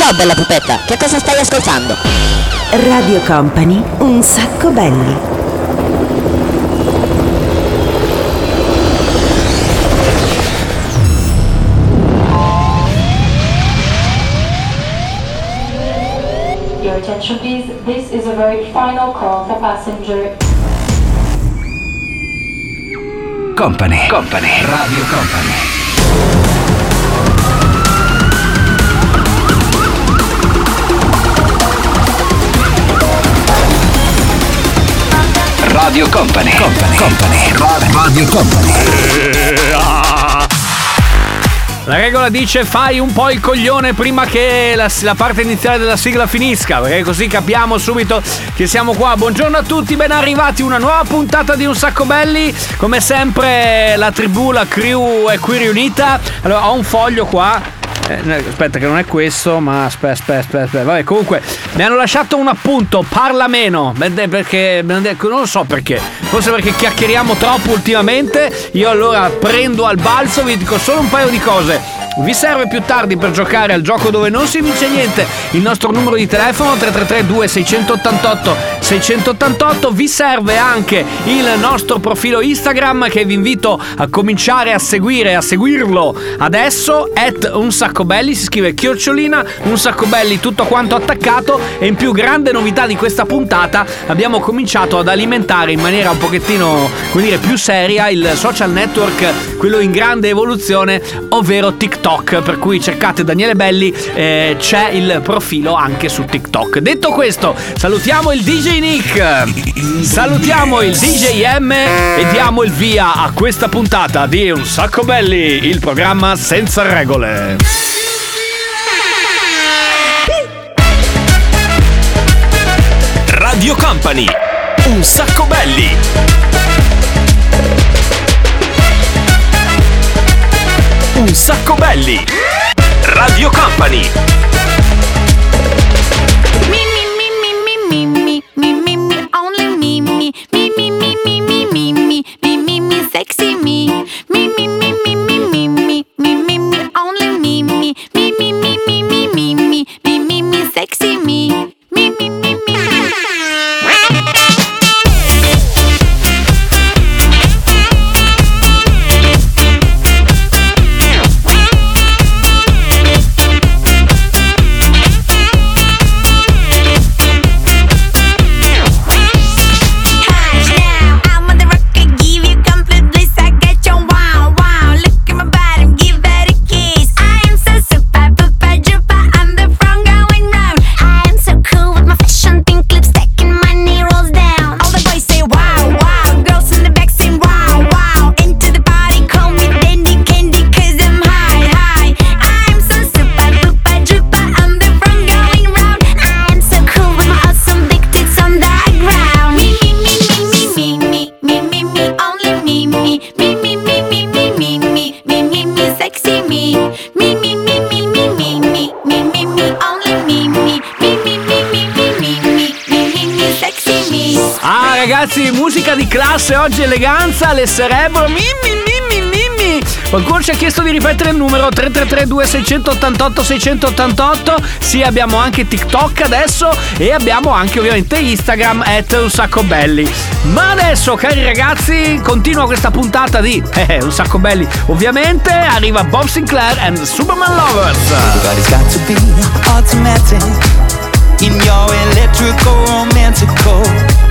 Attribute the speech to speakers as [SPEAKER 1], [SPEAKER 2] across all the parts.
[SPEAKER 1] Ciao bella pupetta, che cosa stai ascoltando?
[SPEAKER 2] Radio Company, un sacco belli.
[SPEAKER 3] Your attention please, this is a very final call for passenger.
[SPEAKER 4] Company, Radio Company. Radio Company. Radio Company.
[SPEAKER 5] La regola dice fai un po' il coglione prima che la parte iniziale della sigla finisca, perché così capiamo subito che siamo qua. Buongiorno a tutti, ben arrivati, una nuova puntata di Un Sacco Belli. Come sempre la tribù, la crew è qui riunita. Allora ho un foglio qua. Aspetta che non è questo, ma aspetta. Vabbè, comunque mi hanno lasciato un appunto, parla meno, perché non lo so perché. Forse perché chiacchieriamo troppo ultimamente. Io allora prendo al balzo, vi dico solo un paio di cose. Vi serve più tardi per giocare al gioco dove non si vince niente il nostro numero di telefono 333 688 688. Vi serve anche il nostro profilo Instagram che vi invito a cominciare a seguire, a seguirlo adesso, @unsacco_belli, si scrive @ Un Sacco Belli tutto quanto attaccato. E in più, grande novità di questa puntata, abbiamo cominciato ad alimentare in maniera un pochettino, come dire, più seria il social network, quello in grande evoluzione, ovvero TikTok. Per cui cercate Daniele Belli, c'è il profilo anche su TikTok. Detto questo, salutiamo il DJ Nick, salutiamo il DJ M e diamo il via a questa puntata di Un Sacco Belli, il programma senza regole.
[SPEAKER 4] Radio Company, Un Sacco Belli. Un Sacco Belli. Radio Company.
[SPEAKER 6] Sexy me, only me, sexy me.
[SPEAKER 5] Ragazzi, musica di classe oggi, eleganza, le cerebro. Qualcuno ci ha chiesto di ripetere il numero 333 688 688. Sì, abbiamo anche TikTok adesso e abbiamo anche ovviamente Instagram @unsaccoBelli. Ma adesso, cari ragazzi, continua questa puntata di Un Sacco Belli. Ovviamente arriva Bob Sinclair and Superman Lovers.
[SPEAKER 7] Everybody's got to be automatic in your electrical romantical.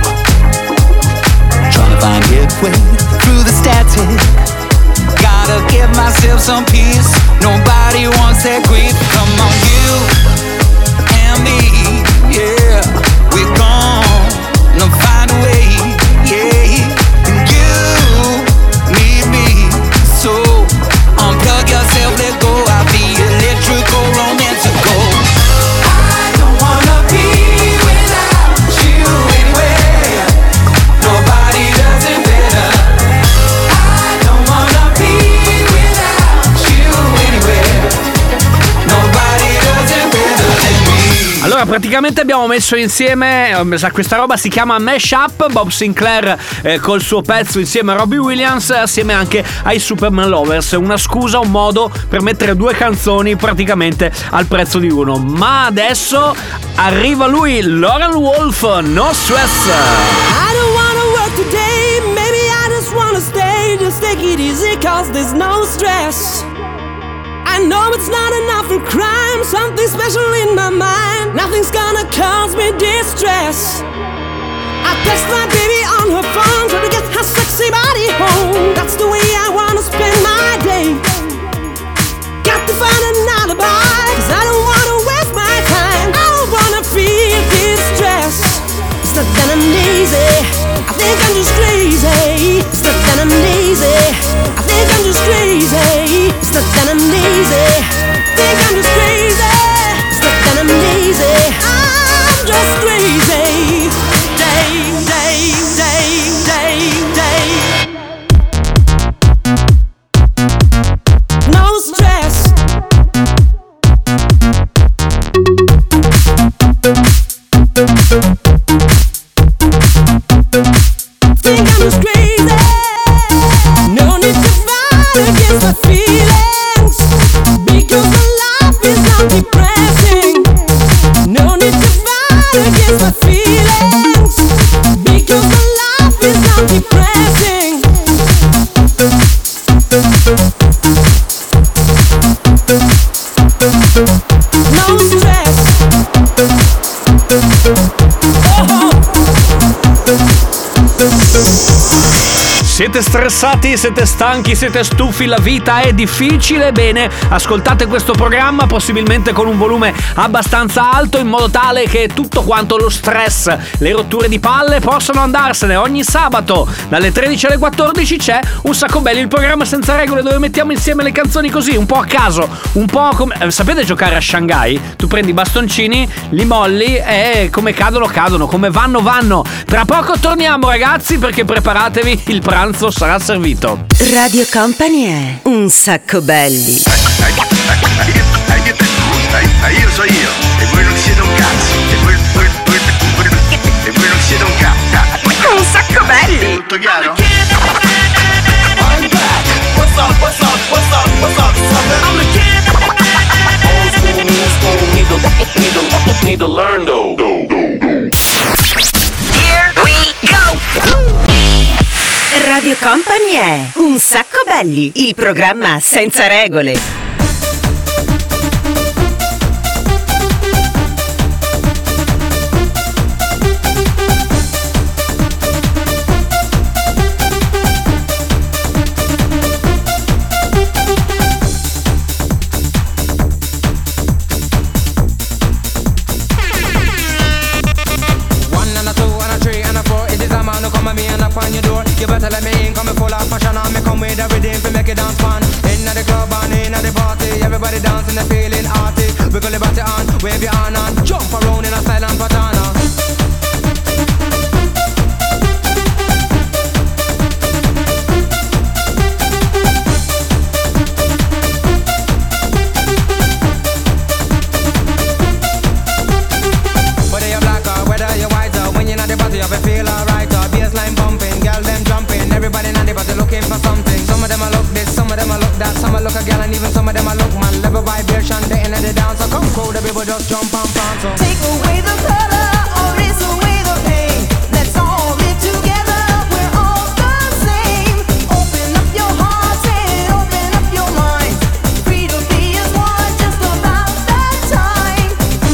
[SPEAKER 7] Trying to find your way through the static. Gotta give myself some peace. Nobody wants that grief. Come on, you and me, yeah. We're gonna find a way, yeah. And you need me, so unplug yourself, let go of the electrical romantical. I don't wanna be without you anywhere. Nobody does it better. I don't wanna be without you anywhere.
[SPEAKER 5] praticamente abbiamo messo insieme questa roba, si chiama Mashup. Bob Sinclair col suo pezzo insieme a Robbie Williams, assieme anche ai Superman Lovers. Una scusa, un modo per mettere due canzoni praticamente al prezzo di uno. Ma adesso arriva lui, Loren Wolf, No Stress.
[SPEAKER 8] I don't wanna work today, maybe I just wanna stay. Just take it easy cause there's no stress. I know it's not enough for crime, something special in my mind. Nothing's gonna cause me distress. I text my baby on her phone, trying to get her sexy body home. That's the way I wanna spend my day. Got to find an alibi, cause I don't wanna waste my time. I don't wanna feel this stress. It's not that I'm lazy, I think I'm just crazy. It's not that I'm lazy, I think I'm just crazy. It's not that I'm lazy, I think I'm just crazy. It's not that I'm lazy, I'm just crazy. No stress. Think I'm just crazy. No need to fight against my feelings, because my life is not depressing. No need to fight against my feelings, because my life is not depressing. No stress.
[SPEAKER 5] Siete stressati, siete stanchi, siete stufi, la vita è difficile? Bene, ascoltate questo programma possibilmente con un volume abbastanza alto, in modo tale che tutto quanto lo stress, le rotture di palle possano andarsene. Ogni sabato dalle 13 alle 14 c'è Un Sacco Belli, il programma senza regole dove mettiamo insieme le canzoni così, un po' a caso, un po' come... sapete giocare a Shanghai? Tu prendi i bastoncini, li molli e come cadono, come vanno. Tra poco torniamo ragazzi, perché preparatevi, il pranzo sarà servito.
[SPEAKER 2] Radio Company è Un Sacco Belli.
[SPEAKER 9] Io so io, e voi non siete un cazzo, e voi non siete un cazzo.
[SPEAKER 2] Un Sacco Belli.
[SPEAKER 9] Tutto chiaro?
[SPEAKER 7] I'm back. What's up? I'm the kid. Old school, need to learn though.
[SPEAKER 2] Here we go. Radio Company è Un Sacco Belli, il programma senza regole.
[SPEAKER 7] You better let me in, come full of passion and me come with a rhythm to make it dance fun. Inna the club and inna the party, everybody dancing and feeling arty. Wiggle your body on, wave your hand on, jump around in a silent patana. Whether you're black or whether you're white, when you're in the party, you feel alright. Bassline bumping, girl them jumping, everybody in the party looking for something. Some of them a look this, some of them a look that, some a look a girl and even some of them a look man. Level vibration, they in the dance, so come cool, the people just jump and prance. So
[SPEAKER 8] Take away the color or erase away the pain. Let's all live together, we're all the same. Open up your heart and open up your mind. Free to be as one, just about that time.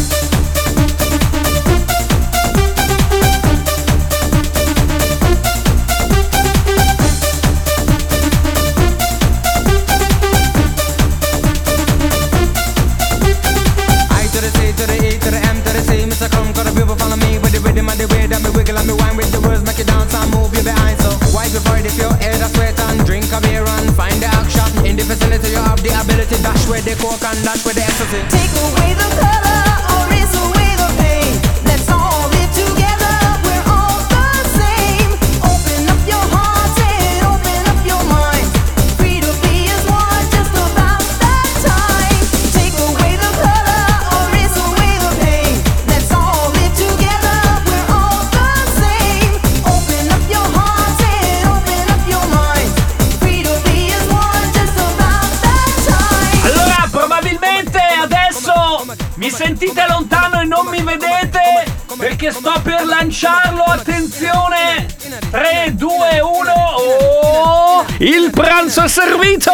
[SPEAKER 7] I to the C to the E to the M to the C, Mr. Come, got the people follow me with the rhythm and the way that me wiggle and me wine with the words, make you dance and move your behind. So wipe your body if your head a sweat and drink a beer and find the action. In the vicinity you have the ability, dash with the coke and dash with the ecstasy.
[SPEAKER 8] Take away the color or erase away the pain. Let's all live together, we're all the same. Open up your heart and open up your mind. Free to be as one, just about that time. Take away the color or erase away the pain. Let's
[SPEAKER 5] che sto per lanciarlo, attenzione! 3, 2, 1, oh! Il pranzo è servito!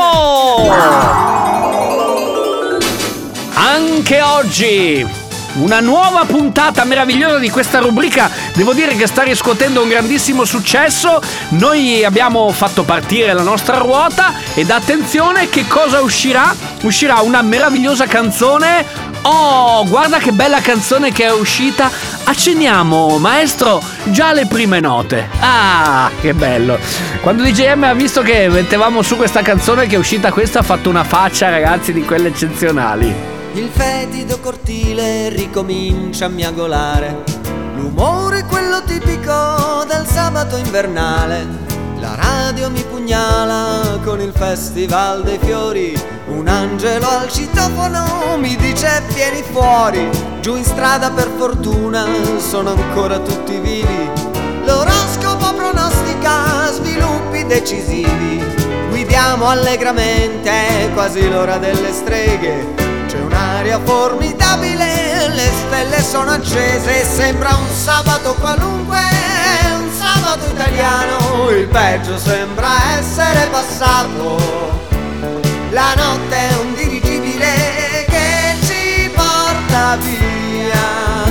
[SPEAKER 5] Anche oggi una nuova puntata meravigliosa di questa rubrica, devo dire che sta riscuotendo un grandissimo successo. Noi abbiamo fatto partire la nostra ruota ed attenzione, che cosa uscirà? Uscirà una meravigliosa canzone. Oh, guarda che bella canzone che è uscita. Accenniamo, maestro, già le prime note. Ah, che bello. Quando DJM ha visto che mettevamo su questa canzone che è uscita questa, ha fatto una faccia, ragazzi, di quelle eccezionali.
[SPEAKER 10] Il fetido cortile ricomincia a miagolare, l'umore quello tipico del sabato invernale. La radio mi pugnala con il festival dei fiori, un angelo al citofono mi dice vieni fuori. Giù in strada per fortuna sono ancora tutti vivi, l'oroscopo pronostica sviluppi decisivi. Guidiamo allegramente, è quasi l'ora delle streghe. C'è un'aria formidabile, le stelle sono accese, sembra un sabato qualunque, un sabato italiano, il peggio sembra essere passato. La notte è un dirigibile che ci porta via,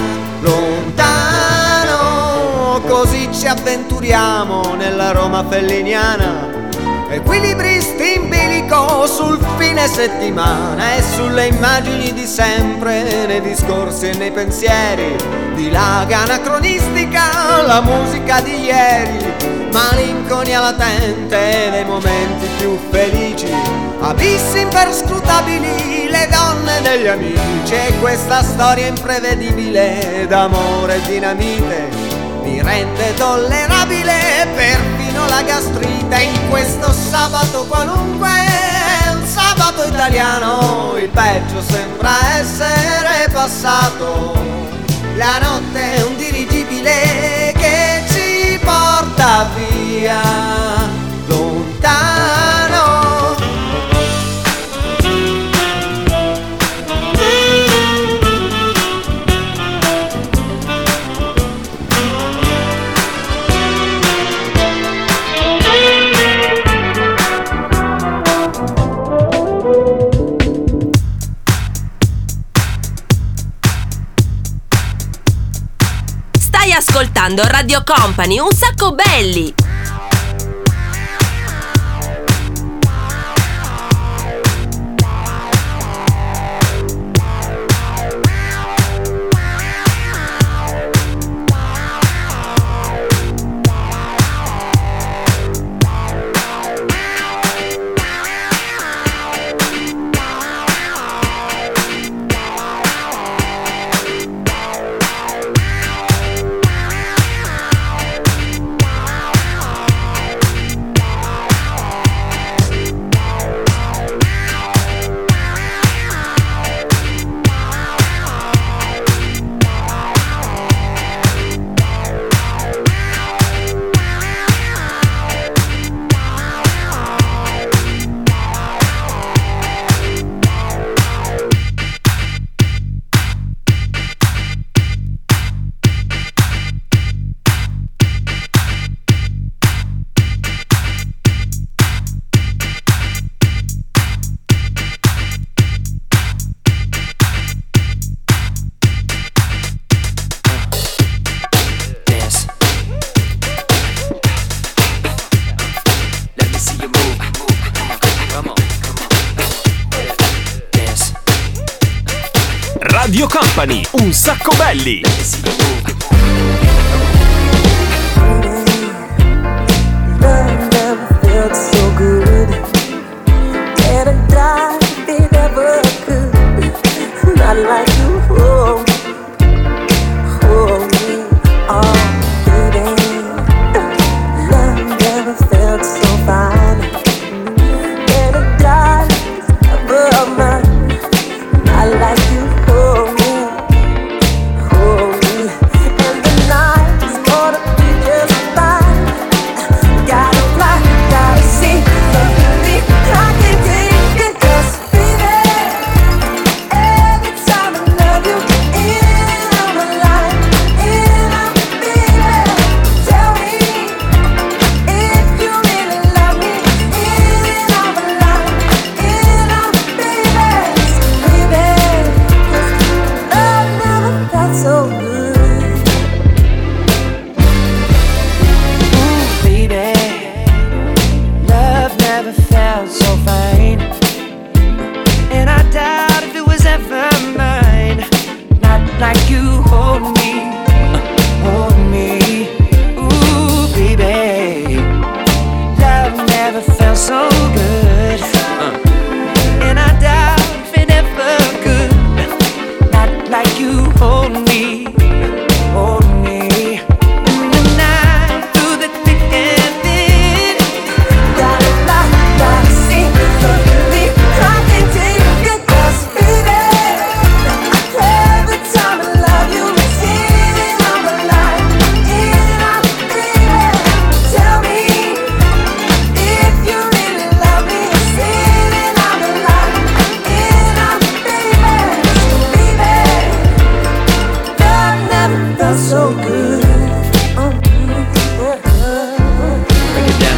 [SPEAKER 10] lontano, così ci avventuriamo nella Roma felliniana. Equilibristi in bilico sul fine settimana e sulle immagini di sempre, nei discorsi e nei pensieri, dilaga anacronistica la musica di ieri, malinconia latente dei momenti più felici, abissi imperscrutabili, le donne degli amici, e questa storia imprevedibile d'amore e dinamite mi rende tollerabile perfino la gastrite. In questo sabato qualunque, un sabato italiano, il peggio sembra essere passato. La notte è un dirigibile che ci porta via, lontano.
[SPEAKER 11] Ascoltando Radio Company, un sacco belli.
[SPEAKER 4] Radio Company, un sacco belli.
[SPEAKER 12] So good, and I die if it ever could. Not like you, oh, me, oh, baby. Love never felt so fine, and I die above mine. Not like you, oh, me, and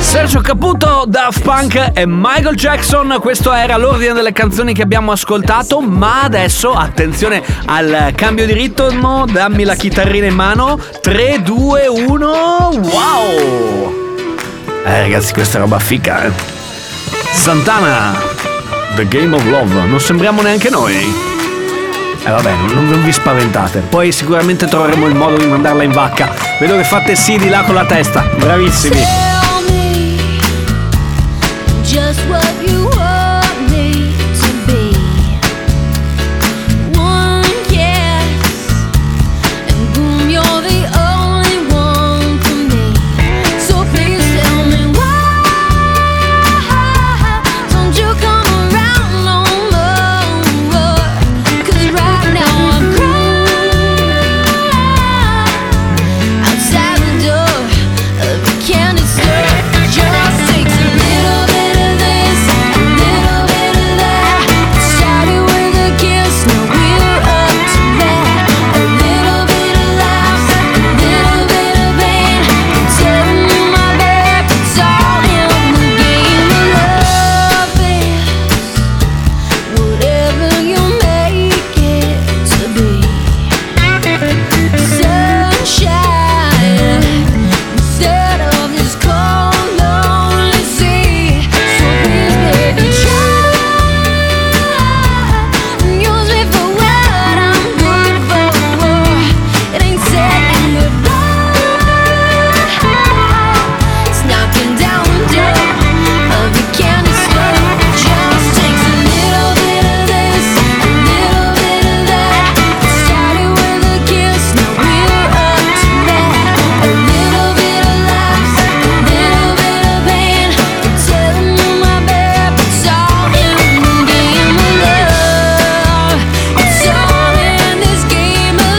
[SPEAKER 5] Sergio Caputo, Daft Punk e Michael Jackson. Questo era l'ordine delle canzoni che abbiamo ascoltato, ma adesso attenzione al cambio di ritmo. Dammi la chitarrina in mano. 3, 2, 1. Wow! Ragazzi, questa è roba fica, eh. Santana, The Game of Love. Non sembriamo neanche noi. Vabbè, non vi spaventate. Poi sicuramente troveremo il modo di mandarla in vacca. Vedo che fate sì di là con la testa. Bravissimi.
[SPEAKER 13] Tell me just what you want me to be. One kiss and boom, you're the only one for me. So please tell me why don't you come around no more? 'Cause right now I'm crying outside the door of a candy store. Just takes a little bit of this, a little bit of that. Started with a kiss, now we're up to that. A little bit of laughs, a little bit of pain. Tell me my babe, it's all in the game of love. Is whatever you make it to be. Sunshine instead of this cold, lonely sea. So please, baby, try and use me for what I'm good for. It ain't saying goodbye. It's knocking down the door of the candy store. Just takes a little bit of this, a little bit of that. Started with a kiss, now we're up to that. A little bit of laughs, a little bit of pain. You're telling me, my babe, it's all in the game of love. It's all in this game of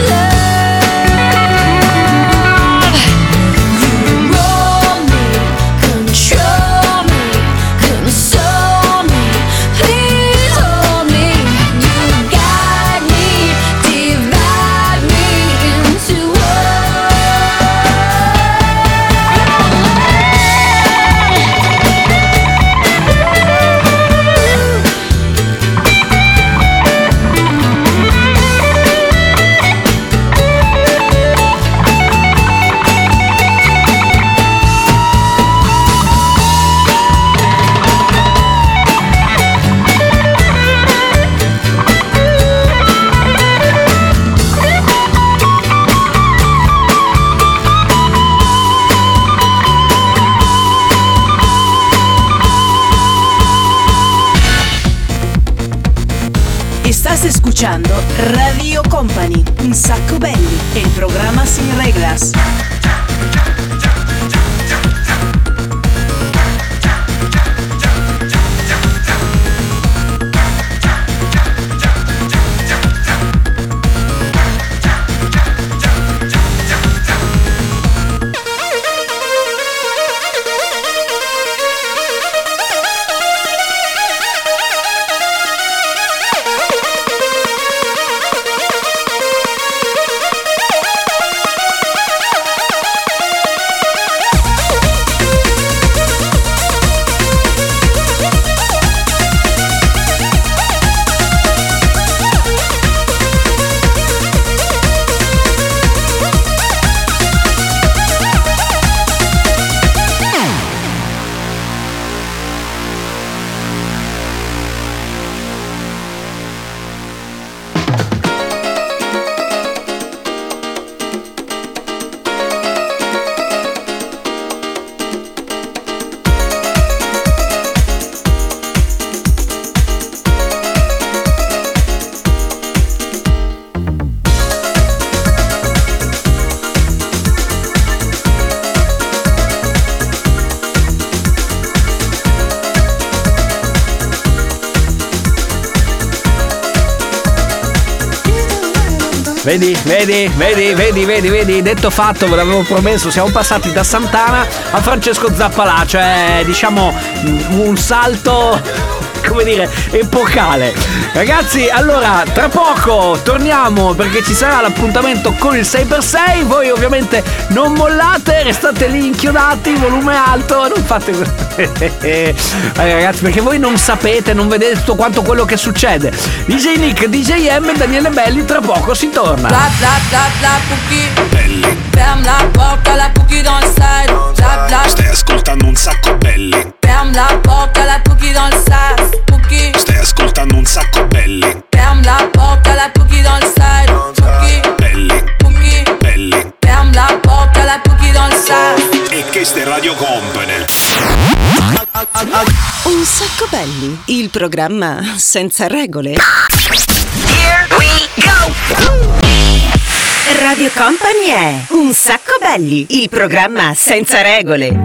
[SPEAKER 13] love. You roll me, control me, console me. Please hold me. You guide me, divide me into
[SPEAKER 2] Estás escuchando Radio Company, un sacco belli, el programa sin reglas.
[SPEAKER 5] Vedi, detto fatto, ve l'avevo promesso, siamo passati da Santana a Francesco Zappalà, cioè diciamo un salto come dire, epocale. Ragazzi, allora, tra poco torniamo perché ci sarà l'appuntamento con il 6x6. Voi ovviamente non mollate, restate lì inchiodati, volume alto, non fate ragazzi, perché voi non sapete, non vedete tutto quanto quello che succede. DJ Nick, DJ M e Daniele Belli, tra poco si torna.
[SPEAKER 14] Bla bla bla bla Cookie. Ferme la porta, la Cookie dans le side. Bla bla.
[SPEAKER 4] Stai ascoltando un sacco belli.
[SPEAKER 14] Ferme la porta, la Cookie dans le side. Cookie.
[SPEAKER 4] Stai ascoltando un sacco belli.
[SPEAKER 14] Ferme la porta, la Cookie dans le side. Cookie.
[SPEAKER 4] Belli.
[SPEAKER 14] Cookie.
[SPEAKER 4] Belli.
[SPEAKER 14] Ferme la porta, la Cookie dans le side.
[SPEAKER 4] E che ste Radio Company.
[SPEAKER 2] Un sacco belli, il programma senza regole.
[SPEAKER 11] Here we go!
[SPEAKER 2] Radio Company è Un sacco belli, il programma senza regole.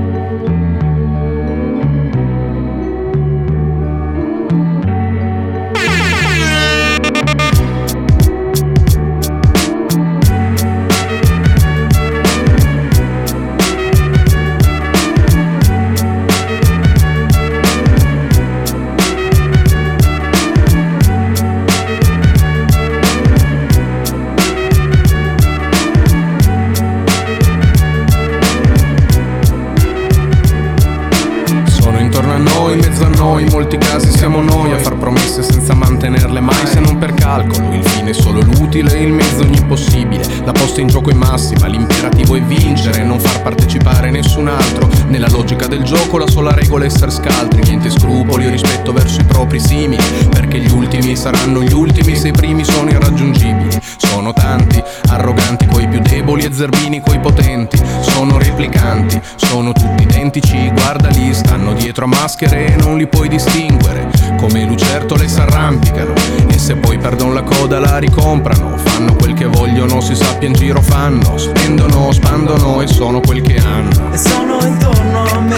[SPEAKER 15] In molti casi siamo noi a far promesse senza mantenerle mai, se non per calcolo. Il fine è solo l'utile, il mezzo ogni possibile. La posta in gioco è massima, l'imperativo è vincere, non far partecipare nessun altro. Nella logica del gioco la sola regola è essere scaltri. Niente scrupoli o rispetto verso i propri simili, perché gli ultimi saranno gli ultimi se i primi sono irraggiungibili. Sono tanti, arroganti coi più deboli e zerbini coi potenti. Sono replicanti, sono tutti identici, guardali, stanno dietro a maschere e non li puoi distinguere. Come lucertole s'arrampicano e se poi perdono la coda la ricomprano. Fanno quel che vogliono, si sappia in giro fanno. Spendono, spandono e sono quel che hanno.
[SPEAKER 16] E sono intorno a me,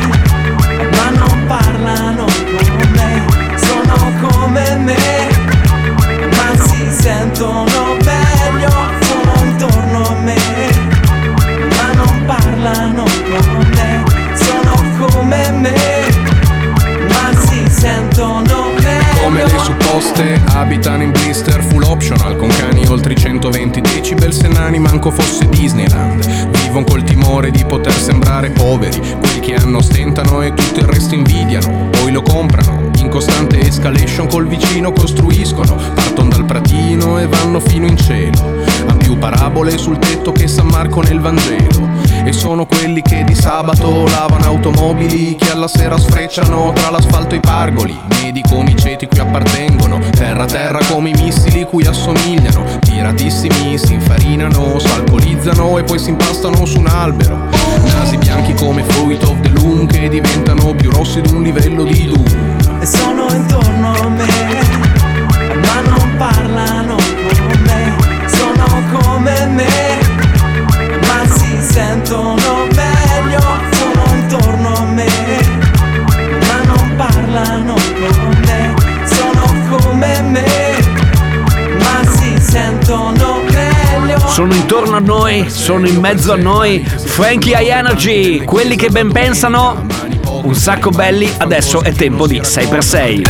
[SPEAKER 16] ma non parlano con me. Sono come me, ma si sentono meglio. Sono intorno a me, ma non parlano con me. Sono come me, ma si sentono meglio.
[SPEAKER 15] Come le supposte abitano in blister full optional, con cani oltre i 120 decibel, se nani manco fosse Disneyland. Vivono col timore di poter sembrare poveri, quelli che hanno stentano e tutto il resto invidiano. Poi lo comprano, in costante escalation col vicino costruiscono. Partono dal pratino e vanno fino in cielo. Han più parabole sul tetto che San Marco nel Vangelo. E sono quelli che di sabato lavano automobili, che alla sera sfrecciano tra l'asfalto e i pargoli. Medi come i ceti cui appartengono, terra terra come i missili cui assomigliano. Tiratissimi si infarinano, s'alcolizzano e poi si impastano su un albero. Nasi bianchi come fruit of the loom, che diventano più rossi di un livello di Doom.
[SPEAKER 16] E sono intorno a me, ma non parlano con me. Sono come me, ma si sentono meglio. Sono intorno a me, ma non parlano con me. Sono come me, ma si sentono meglio.
[SPEAKER 5] Sono intorno a noi, sono in mezzo a noi. Frankie High Energy, quelli che ben pensano. Un sacco belli, adesso è tempo di 6x6.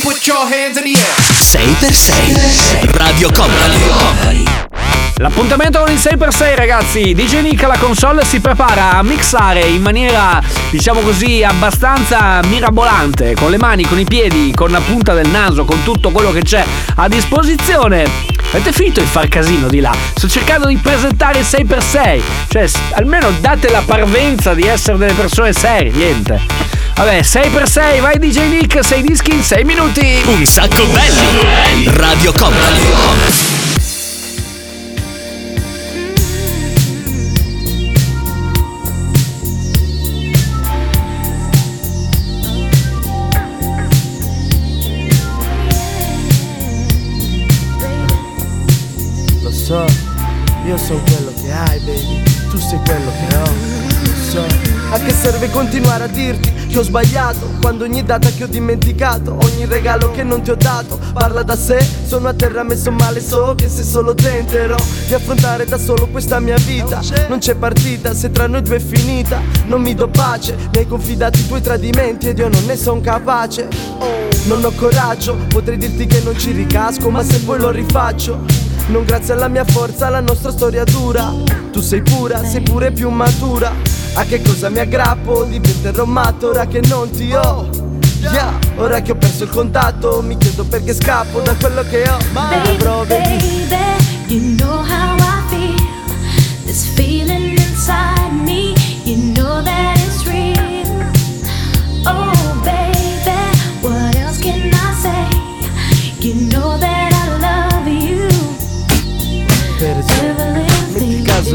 [SPEAKER 4] 6x6 Radio Company.
[SPEAKER 5] L'appuntamento con il 6x6, ragazzi. DJ Nick alla console si prepara a mixare in maniera, diciamo così, abbastanza mirabolante, con le mani, con i piedi, con la punta del naso, con tutto quello che c'è a disposizione. Avete finito di far casino di là? Sto cercando di presentare il 6x6. Cioè, almeno date la parvenza di essere delle persone serie, niente. Vabbè, 6x6, vai DJ Nick, 6 dischi in 6 minuti.
[SPEAKER 4] Un sacco belli. Radio Company.
[SPEAKER 17] Io so quello che hai, baby, tu sei quello che ho, lo so. A che serve continuare a dirti che ho sbagliato, quando ogni data che ho dimenticato, ogni regalo che non ti ho dato parla da sé. Sono a terra messo male, so che se solo tenterò di affrontare da solo questa mia vita, non c'è partita, se tra noi due è finita. Non mi do pace, mi hai confidato i tuoi tradimenti ed io non ne son capace. Non ho coraggio, potrei dirti che non ci ricasco, ma se poi lo rifaccio, non grazie alla mia forza, la nostra storia dura. Tu sei pura, sei pure più matura. A che cosa mi aggrappo? Diventerò matto ora che non ti ho. Yeah, ora che ho perso il contatto, mi chiedo perché scappo da quello che ho. Ma avrò
[SPEAKER 13] Baby, you know how I feel. This feeling inside me, you know that it's real. Oh baby, what else can I say? You know that I love you.
[SPEAKER 17] Per esempio, metti caso,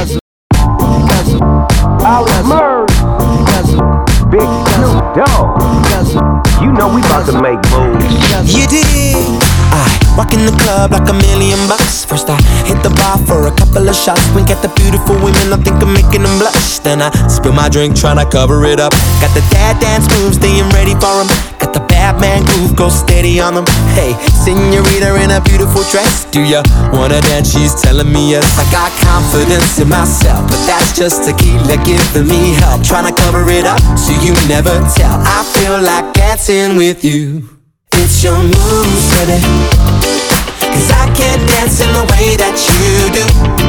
[SPEAKER 18] Big Snoop Dogg. You know we about to make moves.
[SPEAKER 19] You dig? Rockin' the club like $1,000,000. First I hit the bar for a couple of shots. Wink at the beautiful women, I think I'm making them blush. Then I spill my drink, tryna cover it up. Got the dad dance moves, staying ready for 'em. Got the bad man groove, go steady on them. Hey, senorita in a beautiful dress, do ya wanna dance? She's telling me yes. I got confidence in myself, but that's just tequila giving me help. Tryna cover it up so you never tell. I feel like dancing with you. It's your moves, baby, 'cause I can't dance in the way that you do.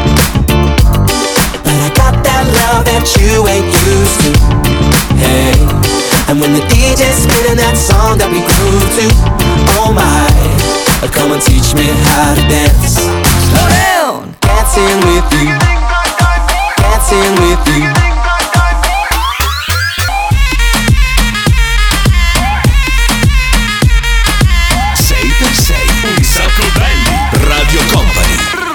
[SPEAKER 19] But I got that love that you ain't used to. Hey, and when the DJ's spinning that song that we grew to, oh my, come and teach me how to dance. Slow down. Dancing with you, dancing with you.
[SPEAKER 4] Sacco Belli, Radio Company.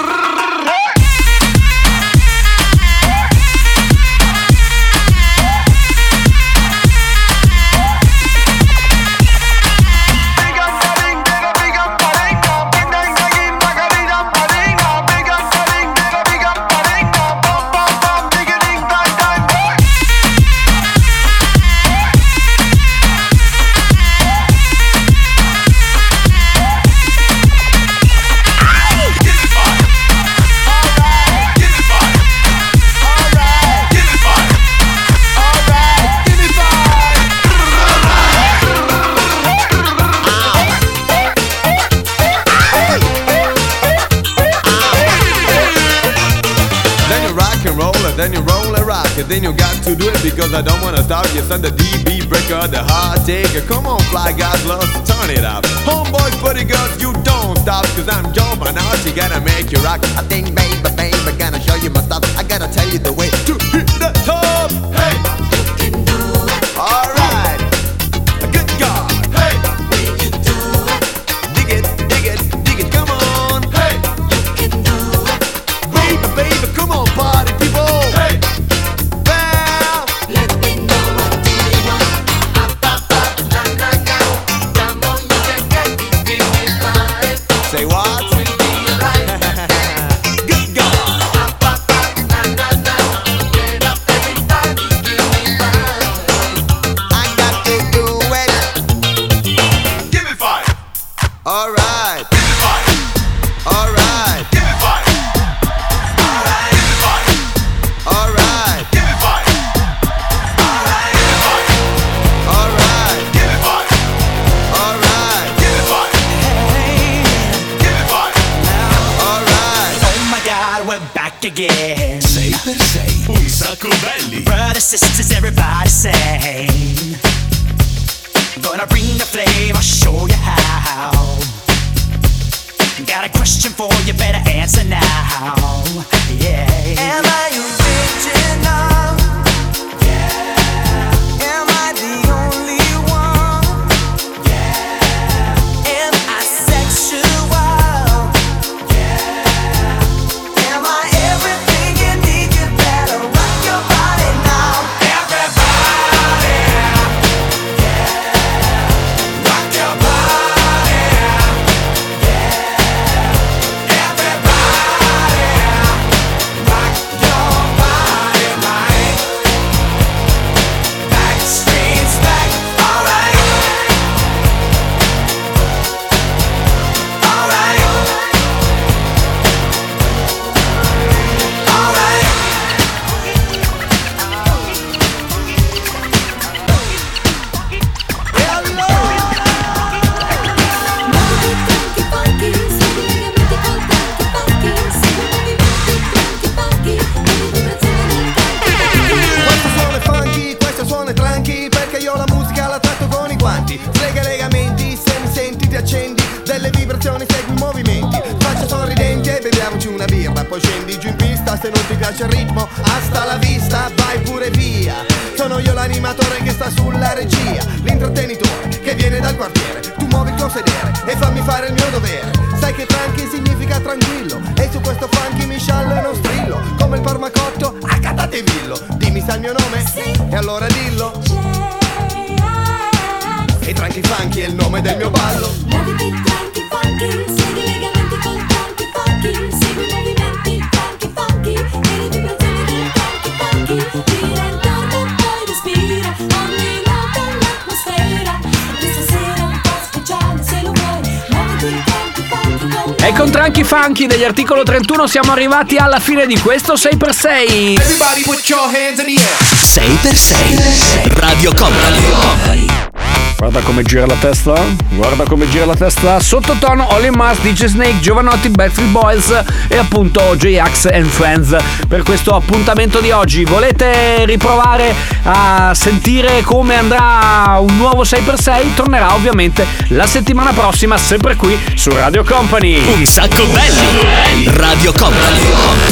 [SPEAKER 20] Then you roll and rock it, then you got to do it because I don't wanna stop. Yes, I'm the DB breaker, the hard taker. Come on, fly guys, let's turn it up. Homeboys, buddy girls, you don't stop, 'cause I'm Joe Bernard, you gotta make you rock. I think, baby, gonna show you my stuff. I gotta tell you the way to hit the top. Hey, you can do it. Alright, good God. Hey, you can do it. Dig it, dig it, dig it, come on. Hey, you can do it. Baby, come on, party people. Say what? Good God. I got to do it. Give me five. All right. Give me five. All right. Give me five. All right. Give me five. All right. Give me five. All right. Give me five. All right. Give me five. All right. Give me five.
[SPEAKER 19] Back again.
[SPEAKER 4] Sei per sei, un sacco belli.
[SPEAKER 19] Brothers, sisters, everybody sing. Gonna bring the flame, I'll show you how. Got a question for you, better answer now. Yeah. Am I original? Yeah. Am I the only one? Yeah. Am I sexual?
[SPEAKER 10] c'è ritmo, hasta la vista, vai pure via. Sono io l'animatore che sta sulla regia, l'intrattenitore che viene dal quartiere. Tu muovi il tuo sedere e fammi fare il mio dovere. Sai che tranqui significa tranquillo, e su questo funky mi sciallo e non strillo. Come il parmacotto, accatate villo. Dimmi sa il mio nome? Sì. E allora dillo. E tranqui funky è il nome del mio ballo.
[SPEAKER 13] Muoviti tranqui funky, segui legamenti con tranqui funky, segui i movimenti tranqui funky, e le vibrazioni del tranqui funky. Gira intorno e poi respira, ogni nota l'atmosfera. Questa sera è un po' speciale se lo vuoi. Muoviti tranqui funky con
[SPEAKER 5] E con Tranqui Funky degli Articolo 31 siamo arrivati alla fine di questo 6x6.
[SPEAKER 16] Everybody put your hands in the air.
[SPEAKER 4] 6x6 Radio Company.
[SPEAKER 5] Guarda come gira la testa, guarda come gira la testa. Sottotono Olly Mars, DJ Snake, Giovanotti, Backstreet Boys e appunto J-Ax and Friends per questo appuntamento di oggi. Volete riprovare a sentire come andrà un nuovo 6x6? Tornerà ovviamente la settimana prossima, sempre qui su Radio Company.
[SPEAKER 4] Un sacco belli. Radio Company.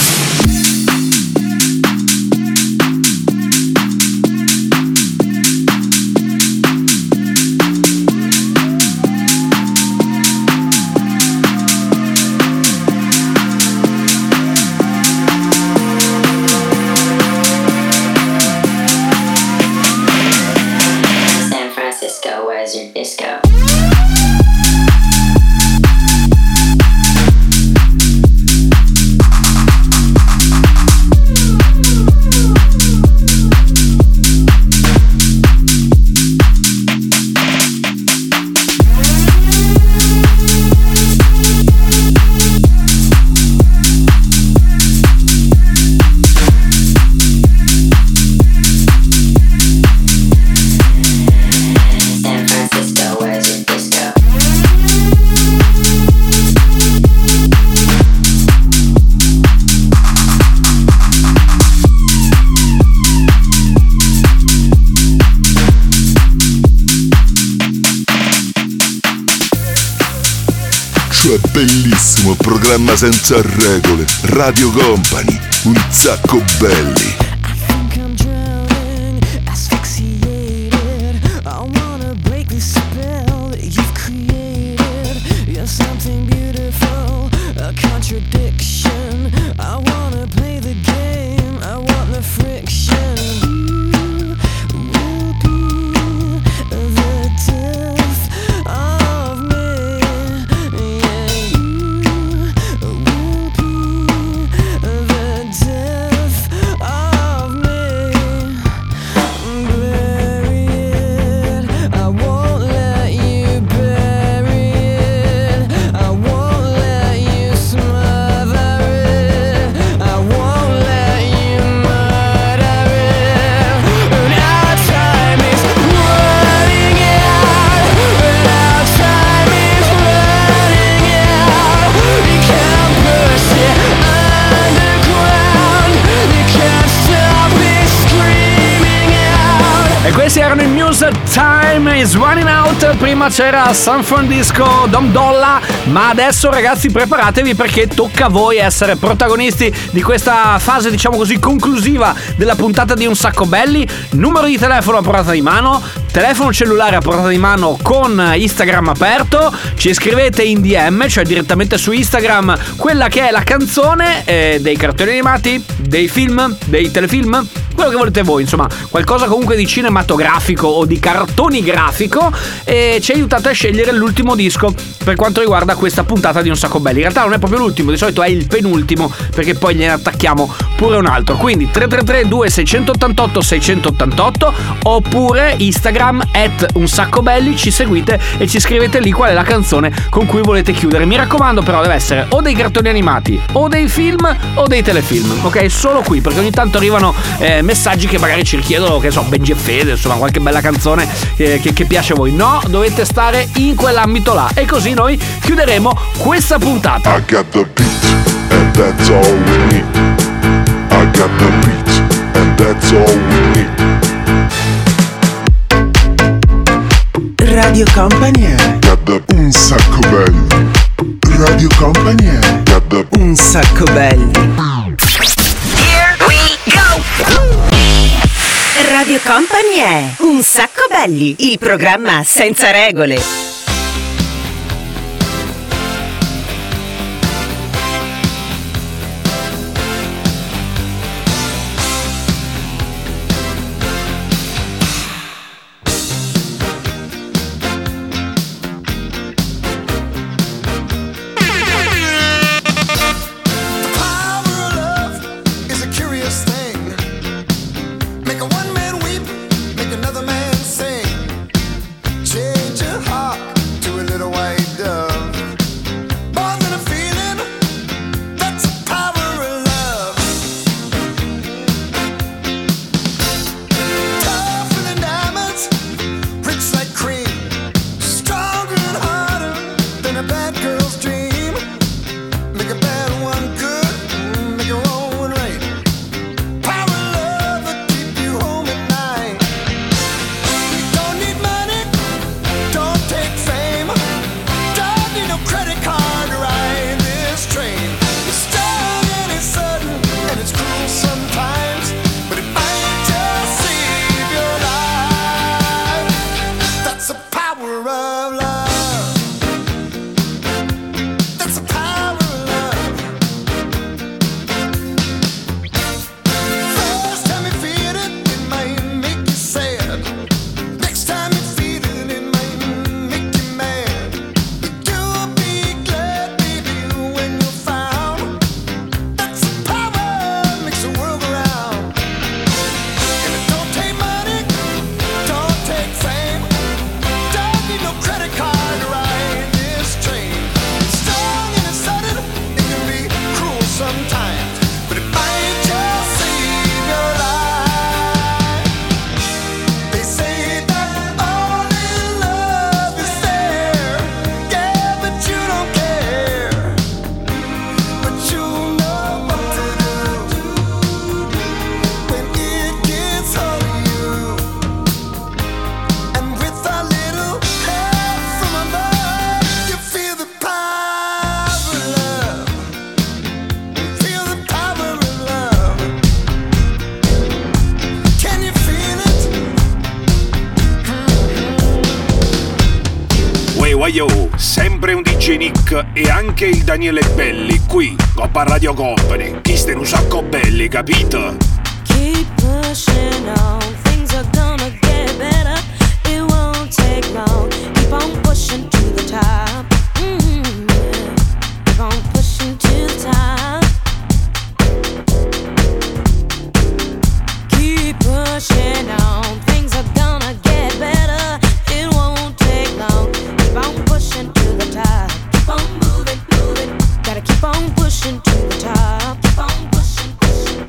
[SPEAKER 3] Where's your disco?
[SPEAKER 21] È bellissimo, programma senza regole, Radio Company, un sacco belli.
[SPEAKER 5] Erano i Muse, Time is Running Out. Prima c'era San Francisco, Dom Dolla. Ma adesso ragazzi preparatevi, perché tocca a voi essere protagonisti di questa fase, diciamo così, conclusiva della puntata di Un Sacco Belli. Numero di telefono a portata di mano, telefono cellulare a portata di mano con Instagram aperto. Ci scrivete in DM, cioè direttamente su Instagram, quella che è la canzone dei cartoni animati, dei film, dei telefilm, quello che volete voi, insomma qualcosa comunque di cinematografico o di cartonigrafico, e ci aiutate a scegliere l'ultimo disco per quanto riguarda questa puntata di Un Sacco Belli. In realtà non è proprio l'ultimo, di solito è il penultimo, perché poi gliene attacchiamo pure un altro. Quindi 333 2688 688 oppure Instagram @unsaccobelli, ci seguite e ci scrivete lì qual è la canzone con cui volete chiudere. Mi raccomando però deve essere o dei cartoni animati o dei film o dei telefilm, ok? Solo qui, perché ogni tanto arrivano messaggi che magari ci richiedono, che so, Benji e Fede, insomma qualche bella canzone che piace a voi. No, dovete stare in quell'ambito là, e così noi chiuderemo questa puntata.
[SPEAKER 21] I got the beat and that's all we need. I got the beat and that's all we need.
[SPEAKER 22] Radio Company
[SPEAKER 21] Got the Un Sacco Belli. Radio Company Got the
[SPEAKER 22] Un Sacco Belli.
[SPEAKER 11] Here
[SPEAKER 2] Radio Company è Un Sacco Belli, il programma senza regole.
[SPEAKER 1] Sempre un DJ Nick e anche il Daniele Belli qui, Coppa Radio Company. Chi ste un sacco belli, capito?
[SPEAKER 12] Keep pushing on, things are gonna get better. It won't take long. Keep on pushing to the top. Yeah. Keep on pushing to the top. Keep pushing on, things are gonna get better. It won't take long. Keep on pushing to the top. Keep on moving, moving. Gotta keep on pushing to the top. Keep on pushing, pushing.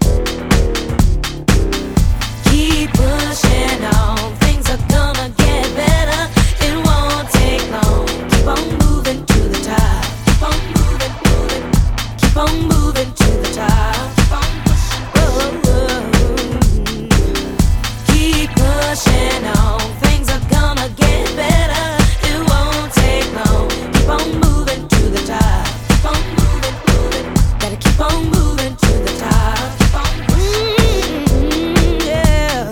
[SPEAKER 12] Keep pushing on, things are gonna get better. It won't take long. Keep on moving to the top. Keep on moving, moving. Keep on moving to the top. Keep on pushing. Keep pushing on, things are gonna get better. It won't take long. Keep on moving to the top. Keep on moving, moving. Gotta keep on moving to the top. Keep on pushing. Yeah.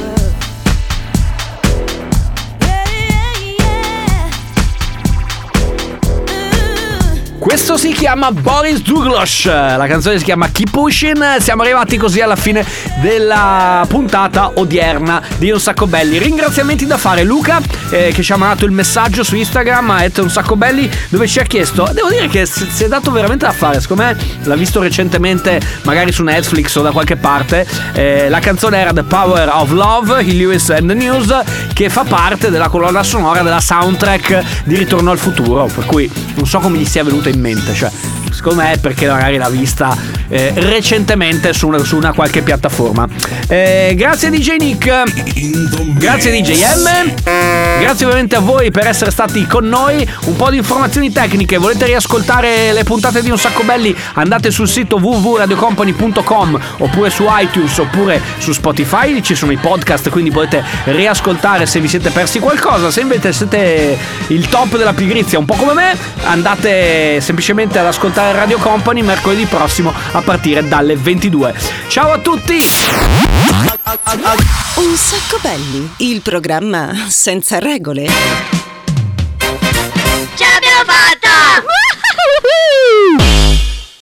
[SPEAKER 5] Questo si chiama Boris Douglas, la canzone si chiama Keep Pushing. Siamo arrivati così alla fine della puntata odierna di Un Sacco Belli. Ringraziamenti da fare Luca che ci ha mandato il messaggio su Instagram @ Un Sacco Belli, dove ci ha chiesto, devo dire che si è dato veramente da fare, secondo me l'ha visto recentemente magari su Netflix o da qualche parte, la canzone era The Power of Love, Huey Lewis and the News, che fa parte della colonna sonora della soundtrack di Ritorno al Futuro, per cui non so come gli sia venuta in mente, cioè secondo me è perché magari l'ha vista recentemente su una qualche piattaforma. Grazie DJ Nick, grazie DJ M, grazie ovviamente a voi per essere stati con noi. Un po' di informazioni tecniche: volete riascoltare le puntate di Un Sacco Belli, andate sul sito www.radiocompany.com oppure su iTunes oppure su Spotify, ci sono i podcast, quindi potete riascoltare se vi siete persi qualcosa. Se invece siete il top della pigrizia, un po' come me, andate semplicemente ad ascoltare Radio Company mercoledì prossimo a partire dalle 22. Ciao a tutti!
[SPEAKER 2] Un sacco belli, il programma senza regole.